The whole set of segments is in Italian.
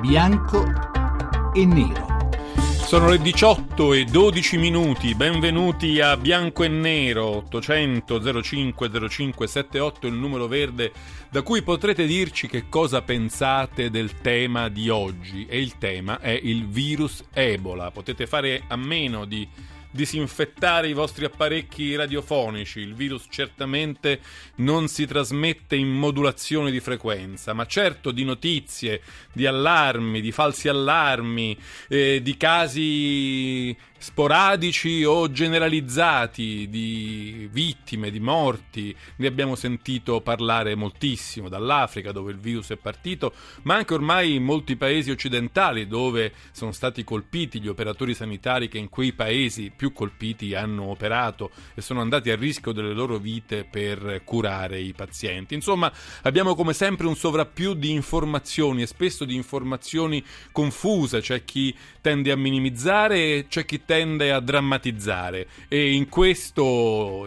Bianco e nero. Sono le 18:12, benvenuti a Bianco e Nero. 800 05 05 78 il numero verde da cui potrete dirci che cosa pensate del tema di oggi, e il tema è il virus Ebola. Potete fare a meno di disinfettare i vostri apparecchi radiofonici. Il virus certamente non si trasmette in modulazione di frequenza, ma certo di notizie, di allarmi, di falsi allarmi, di casi sporadici o generalizzati di vittime, di morti. Ne abbiamo sentito parlare moltissimo, dall'Africa dove il virus è partito, ma anche ormai in molti paesi occidentali dove sono stati colpiti gli operatori sanitari che in quei paesi più colpiti hanno operato e sono andati a rischio delle loro vite per curare i pazienti. Insomma, abbiamo come sempre un sovrappiù di informazioni e spesso di informazioni confuse. C'è chi tende a minimizzare e c'è chi tende a drammatizzare, e in questo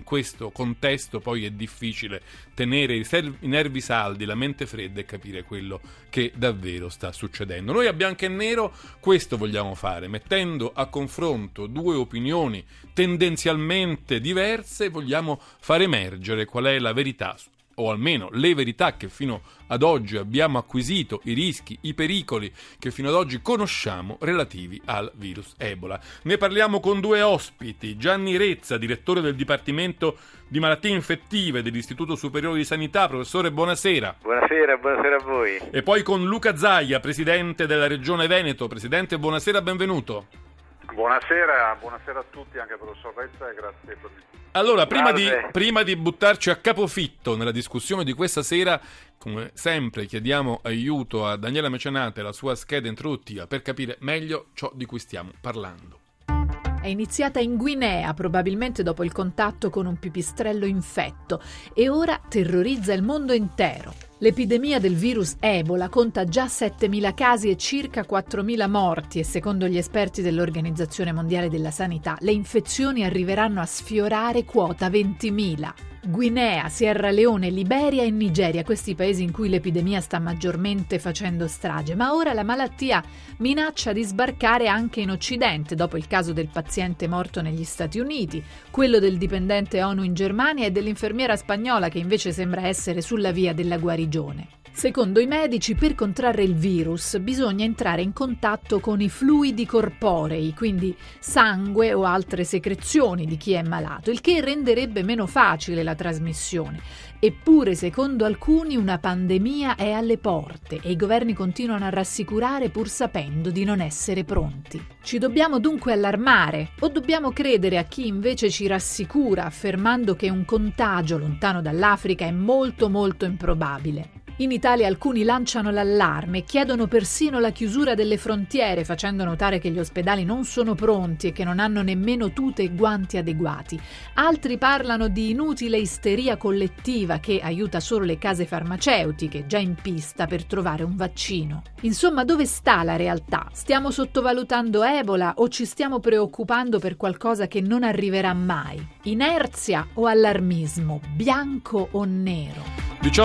contesto poi è difficile tenere i nervi saldi, la mente fredda e capire quello che davvero sta succedendo. Noi a Bianco e Nero questo vogliamo fare, mettendo a confronto due opinioni tendenzialmente diverse, vogliamo far emergere qual è la verità, o almeno le verità che fino ad oggi abbiamo acquisito, i rischi, i pericoli che fino ad oggi conosciamo relativi al virus Ebola. Ne parliamo con due ospiti: Gianni Rezza, direttore del Dipartimento di Malattie Infettive dell'Istituto Superiore di Sanità. Professore, buonasera. Buonasera a voi. E poi con Luca Zaia, presidente della Regione Veneto. Presidente, buonasera, benvenuto. Buonasera a tutti, anche professor Rezza, e grazie per l'invito. Allora, prima di buttarci a capofitto nella discussione di questa sera, come sempre chiediamo aiuto a Daniela Mecenate, la sua scheda introduttiva, per capire meglio ciò di cui stiamo parlando. È iniziata in Guinea, probabilmente dopo il contatto con un pipistrello infetto, e ora terrorizza il mondo intero. L'epidemia del virus Ebola conta già 7.000 casi e circa 4.000 morti, e secondo gli esperti dell'Organizzazione Mondiale della Sanità le infezioni arriveranno a sfiorare quota 20.000. Guinea, Sierra Leone, Liberia e Nigeria, questi paesi in cui l'epidemia sta maggiormente facendo strage, ma ora la malattia minaccia di sbarcare anche in Occidente, dopo il caso del paziente morto negli Stati Uniti, quello del dipendente ONU in Germania e dell'infermiera spagnola che invece sembra essere sulla via della guarigione. Secondo i medici, per contrarre il virus bisogna entrare in contatto con i fluidi corporei, quindi sangue o altre secrezioni di chi è malato, il che renderebbe meno facile la trasmissione. Eppure, secondo alcuni, una pandemia è alle porte e i governi continuano a rassicurare pur sapendo di non essere pronti. Ci dobbiamo dunque allarmare o dobbiamo credere a chi invece ci rassicura affermando che un contagio lontano dall'Africa è molto molto improbabile? In Italia alcuni lanciano l'allarme e chiedono persino la chiusura delle frontiere, facendo notare che gli ospedali non sono pronti e che non hanno nemmeno tute e guanti adeguati. Altri parlano di inutile isteria collettiva che aiuta solo le case farmaceutiche, già in pista per trovare un vaccino. Insomma, dove sta la realtà? Stiamo sottovalutando Ebola o ci stiamo preoccupando per qualcosa che non arriverà mai? Inerzia o allarmismo? Bianco o nero?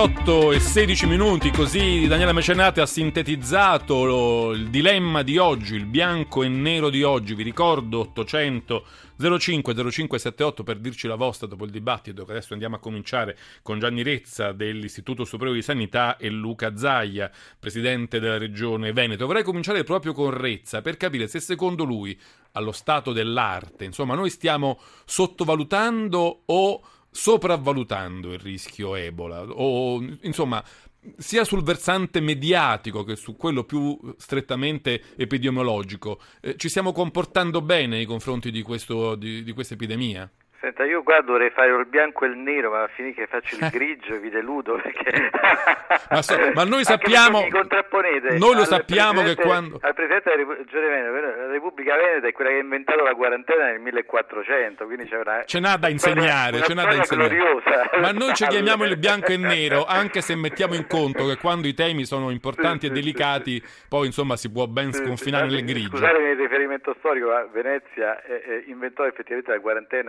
18:16, così Daniela Mecenate ha sintetizzato il dilemma di oggi, il bianco e nero di oggi. Vi ricordo 800 05 05 78 per dirci la vostra dopo il dibattito, che adesso andiamo a cominciare con Gianni Rezza dell'Istituto Superiore di Sanità e Luca Zaia, presidente della Regione Veneto. Vorrei cominciare proprio con Rezza per capire se secondo lui, allo stato dell'arte, insomma, noi stiamo sottovalutando o sopravvalutando il rischio Ebola, o insomma sia sul versante mediatico che su quello più strettamente epidemiologico, ci stiamo comportando bene nei confronti di questa epidemia? Senta, io qua dovrei fare il bianco e il nero, ma finì che faccio il grigio vi deludo perché ma noi sappiamo, mi contrapponete. Noi lo sappiamo che quando al presidente della Regione Veneto, la Repubblica Veneta è quella che ha inventato la quarantena nel 1400, quindi ce n'ha da insegnare, gloriosa. Ma noi ci chiamiamo il bianco e nero, anche se mettiamo in conto che quando i temi sono importanti e delicati, poi insomma si può ben sconfinare nel grigio. Scusate il riferimento storico, ma Venezia inventò effettivamente la quarantena a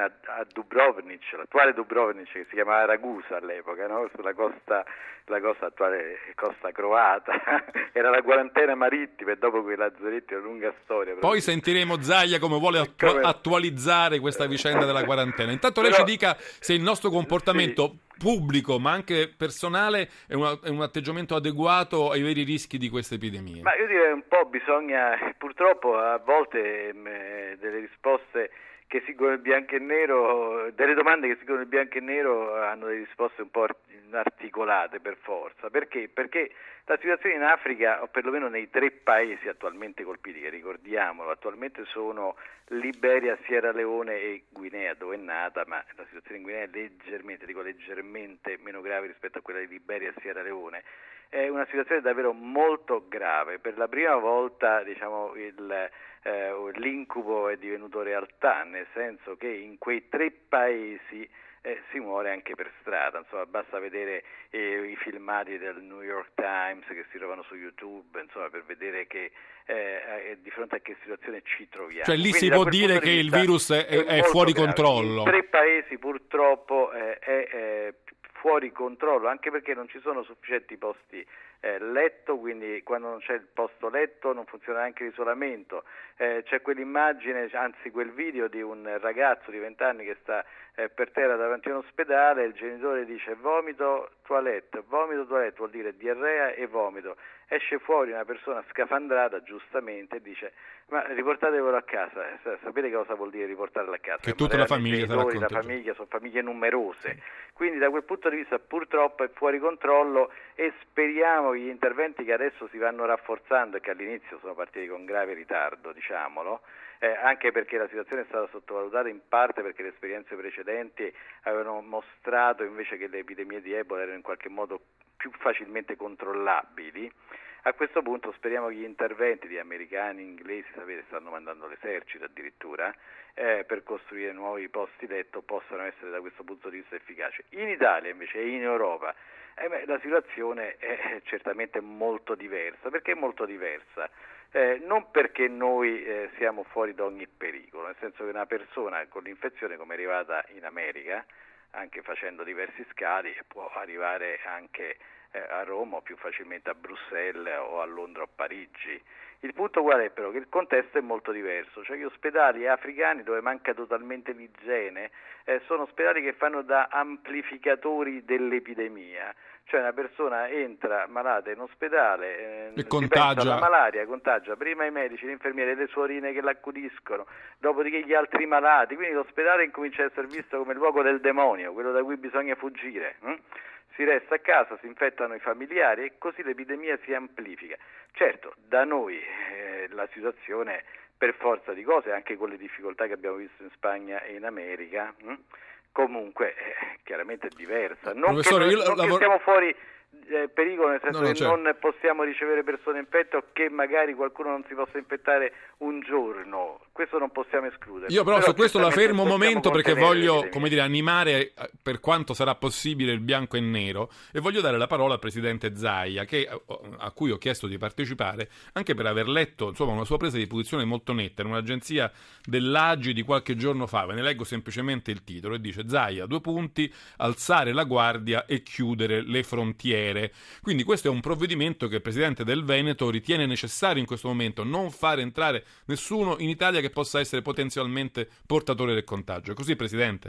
Dubrovnik, l'attuale Dubrovnik, che si chiamava Ragusa all'epoca, no? Sulla costa, la costa attuale costa croata, era la quarantena marittima e dopo quei lazzaretti, una lunga storia. Poi sentiremo Zaia come vuole attualizzare questa vicenda della quarantena. Intanto lei ci dica se il nostro comportamento pubblico ma anche personale è un atteggiamento adeguato ai veri rischi di queste epidemie. Ma io direi un po' bisogna, purtroppo a volte delle risposte che seguono il bianco e nero, delle domande che seguono il bianco e nero hanno delle risposte un po' articolate per forza. Perché? Perché la situazione in Africa, o perlomeno nei 3 paesi attualmente colpiti, che ricordiamolo, attualmente sono Liberia, Sierra Leone e Guinea, dove è nata, ma la situazione in Guinea è leggermente meno grave rispetto a quella di Liberia e Sierra Leone. È una situazione davvero molto grave. Per la prima volta, diciamo, l'incubo è divenuto realtà, nel senso che in quei 3 paesi si muore anche per strada. Insomma, basta vedere i filmati del New York Times che si trovano su YouTube, insomma, per vedere che di fronte a che situazione ci troviamo. Cioè lì si può dire che il virus è fuori controllo. In 3 paesi purtroppo è fuori controllo, anche perché non ci sono sufficienti posti letto, quindi quando non c'è il posto letto non funziona anche l'isolamento. C'è quell'immagine, anzi quel video di un ragazzo di 20 anni che sta per terra davanti a un ospedale, il genitore dice vomito toilette vuol dire diarrea e vomito. Esce fuori una persona scafandrata, giustamente, e dice ma riportatevelo a casa. Sapete cosa vuol dire riportarlo a casa? Che tutta la famiglia sarà la famiglia sono famiglie numerose, quindi da quel punto di vista purtroppo è fuori controllo e speriamo che gli interventi che adesso si vanno rafforzando e che all'inizio sono partiti con grave ritardo, diciamolo, anche perché la situazione è stata sottovalutata in parte perché le esperienze precedenti avevano mostrato invece che le epidemie di Ebola erano in qualche modo più facilmente controllabili. A questo punto speriamo che gli interventi di americani, inglesi, sapete, stanno mandando l'esercito addirittura, per costruire nuovi posti letto, possano essere da questo punto di vista efficaci. In Italia invece e in Europa la situazione è certamente molto diversa. Perché è molto diversa? Non perché noi siamo fuori da ogni pericolo, nel senso che una persona con l'infezione, come è arrivata in America, anche facendo diversi scali, può arrivare anche a Roma o più facilmente a Bruxelles o a Londra o Parigi. Il punto qual è però? Che il contesto è molto diverso, cioè gli ospedali africani dove manca totalmente l'igiene sono ospedali che fanno da amplificatori dell'epidemia, cioè una persona entra malata in ospedale e contagia la malaria, contagia prima i medici, gli infermieri, le suorine che l'accudiscono, dopodiché gli altri malati, quindi l'ospedale incomincia a essere visto come il luogo del demonio, quello da cui bisogna fuggire. Si resta a casa, si infettano i familiari e così l'epidemia si amplifica. Certo, da noi la situazione per forza di cose, anche con le difficoltà che abbiamo visto in Spagna e in America, comunque chiaramente è diversa. Non che siamo fuori pericolo, nel senso che non possiamo ricevere persone infette o che magari qualcuno non si possa infettare un giorno, questo non possiamo escludere. Io però su questo la fermo un momento perché voglio, come dire, animare per quanto sarà possibile il bianco e nero e voglio dare la parola al presidente Zaia a cui ho chiesto di partecipare anche per aver letto insomma una sua presa di posizione molto netta in un'agenzia dell'Agi di qualche giorno fa. Ve ne leggo semplicemente il titolo e dice: Zaia, 2 punti, alzare la guardia e chiudere le frontiere. Quindi questo è un provvedimento che il presidente del Veneto ritiene necessario in questo momento, non fare entrare nessuno in Italia che possa essere potenzialmente portatore del contagio. È così, presidente?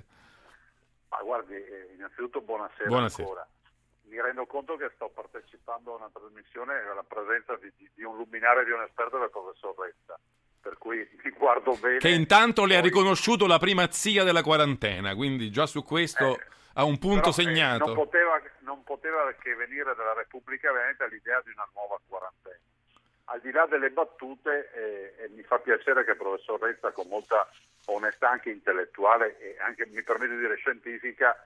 Ma guardi, innanzitutto buonasera. Ancora. Mi rendo conto che sto partecipando a una trasmissione alla presenza di un luminare, di un esperto del professor Rezza, per cui mi guardo bene. Che intanto le ha riconosciuto la primazia della quarantena, quindi già su questo ha un punto segnato. Non poteva che venire dalla Repubblica Veneta l'idea di una nuova quarantena. Al di là delle battute, mi fa piacere che il professor Rezza, con molta onestà anche intellettuale e anche, mi permette di dire, scientifica,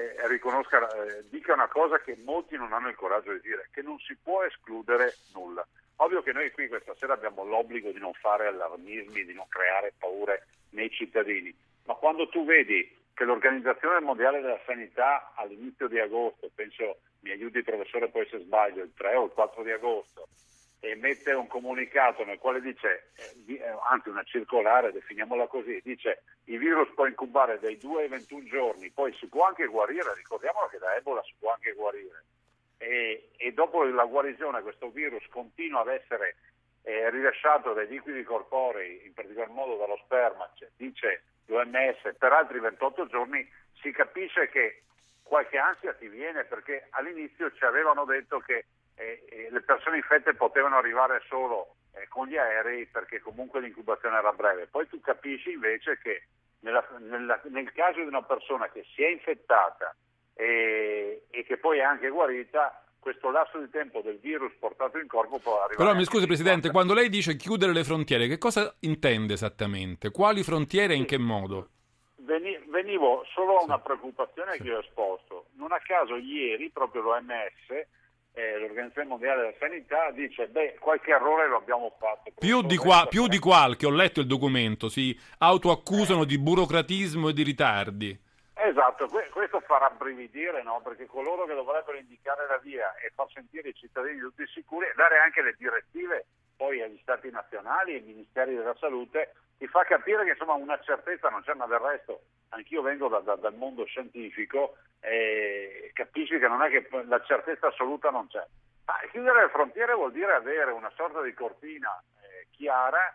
dica una cosa che molti non hanno il coraggio di dire, che non si può escludere nulla. Ovvio che noi qui questa sera abbiamo l'obbligo di non fare allarmismi, di non creare paure nei cittadini, ma quando tu vedi che l'Organizzazione Mondiale della Sanità all'inizio di agosto, penso, mi aiuti il professore poi se sbaglio, il 3 o il 4 di agosto, emette un comunicato nel quale dice, anzi una circolare, definiamola così, dice il virus può incubare dai 2 ai 21 giorni, poi si può anche guarire, ricordiamolo che da Ebola si può anche guarire, e dopo la guarigione questo virus continua ad essere rilasciato dai liquidi corporei, in particolar modo dallo sperma, dice l'OMS, per altri 28 giorni, si capisce che qualche ansia ti viene, perché all'inizio ci avevano detto che le persone infette potevano arrivare solo con gli aerei, perché comunque l'incubazione era breve. Poi tu capisci invece che nel caso di una persona che si è infettata e che poi è anche guarita, questo lasso di tempo del virus portato in corpo può arrivare. Però mi scusi Presidente, quando lei dice chiudere le frontiere, che cosa intende esattamente? Quali frontiere e in che modo? Venivo solo a una preoccupazione che ho esposto. Non a caso ieri proprio l'OMS, l'Organizzazione Mondiale della Sanità, dice qualche errore lo abbiamo fatto. Più di qualche, ho letto il documento, si autoaccusano di burocratismo e di ritardi. Esatto, questo fa rabbrividire, no? Perché coloro che dovrebbero indicare la via e far sentire i cittadini tutti sicuri e dare anche le direttive poi agli stati nazionali e ai ministeri della salute, ti fa capire che insomma una certezza non c'è, ma del resto anch'io vengo dal mondo scientifico e capisci che non è che la certezza assoluta non c'è. Ma chiudere le frontiere vuol dire avere una sorta di cortina chiara,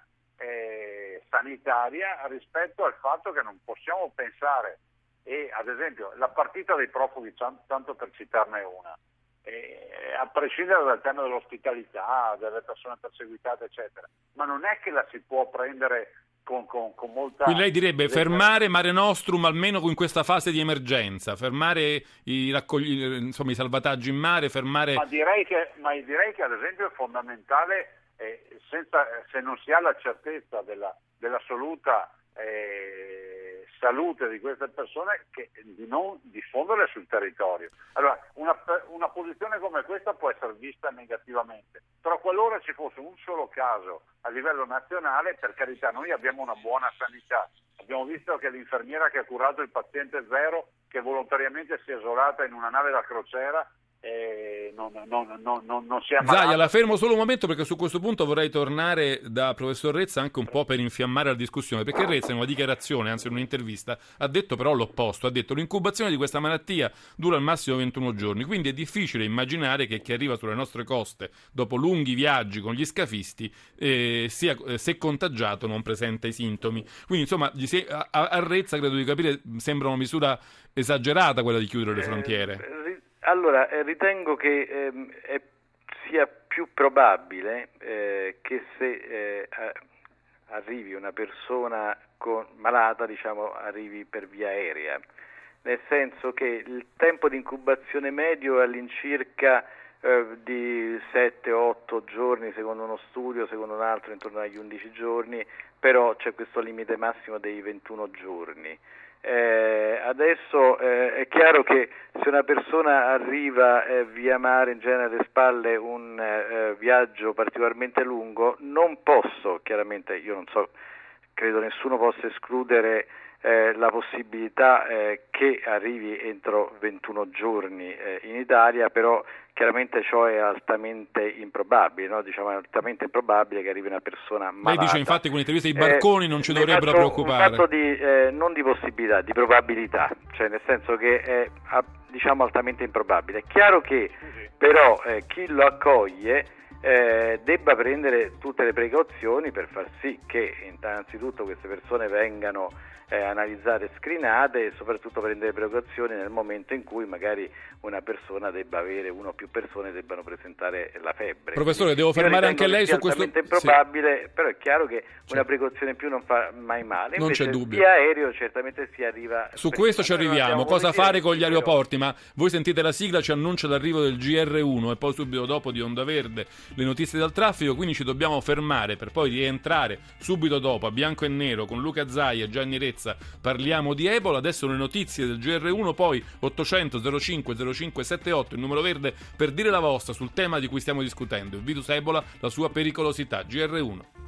sanitaria, rispetto al fatto che non possiamo pensare, e ad esempio la partita dei profughi, tanto per citarne una, a prescindere dal tema dell'ospitalità, delle persone perseguitate eccetera, ma non è che la si può prendere con molta... Quindi lei direbbe fermare Mare Nostrum almeno in questa fase di emergenza, fermare i salvataggi in mare, fermare... Ma direi che ad esempio è fondamentale, se non si ha la certezza dell'assoluta salute di queste persone, di non diffonderle sul territorio. Allora, una posizione come questa può essere vista negativamente, però qualora ci fosse un solo caso a livello nazionale, per carità, noi abbiamo una buona sanità. Abbiamo visto che l'infermiera che ha curato il paziente zero, che volontariamente si è isolata in una nave da crociera, non si è ammalata. Zaia, la fermo solo un momento, perché su questo punto vorrei tornare da professor Rezza anche un po' per infiammare la discussione, perché Rezza in una dichiarazione, anzi in un'intervista, ha detto però l'opposto, ha detto l'incubazione di questa malattia dura al massimo 21 giorni, quindi è difficile immaginare che chi arriva sulle nostre coste dopo lunghi viaggi con gli scafisti se contagiato non presenta i sintomi. Quindi insomma a Rezza, credo di capire, sembra una misura esagerata quella di chiudere le frontiere. Allora, ritengo che sia più probabile che se arrivi una persona malata, arrivi per via aerea, nel senso che il tempo di incubazione medio è all'incirca di 7-8 giorni, secondo uno studio, secondo un altro intorno agli 11 giorni, però c'è questo limite massimo dei 21 giorni. Adesso è chiaro che se una persona arriva via mare, in genere alle spalle un viaggio particolarmente lungo, non posso, chiaramente io non so, credo nessuno possa escludere la possibilità che arrivi entro 21 giorni in Italia, però chiaramente ciò è altamente improbabile, no? È altamente improbabile che arrivi una persona malata. Lei dice infatti con l'intervista i barconi non ci dovrebbero preoccupare. Un fatto non di possibilità, di probabilità, cioè nel senso che è altamente improbabile. È chiaro che però chi lo accoglie debba prendere tutte le precauzioni per far sì che innanzitutto queste persone vengano analizzate e screenate, e soprattutto prendere precauzioni nel momento in cui magari una persona debba avere, una o più persone debbano presentare la febbre. Professore, devo fermare anche lei su questo. È improbabile, però è chiaro che una precauzione in più non fa mai male. Non c'è dubbio. Via aereo certamente si arriva. Su questo ci arriviamo. Cosa fare con gli aeroporti? Ma voi sentite la sigla, ci annuncia l'arrivo del GR1 e poi subito dopo di Onda Verde le notizie dal traffico, quindi ci dobbiamo fermare per poi rientrare subito dopo a Bianco e Nero con Luca Zaia e Gianni Rezza. Parliamo di Ebola, adesso le notizie del GR1, poi 800 05 05 78, il numero verde per dire la vostra sul tema di cui stiamo discutendo, il virus Ebola, la sua pericolosità. GR1.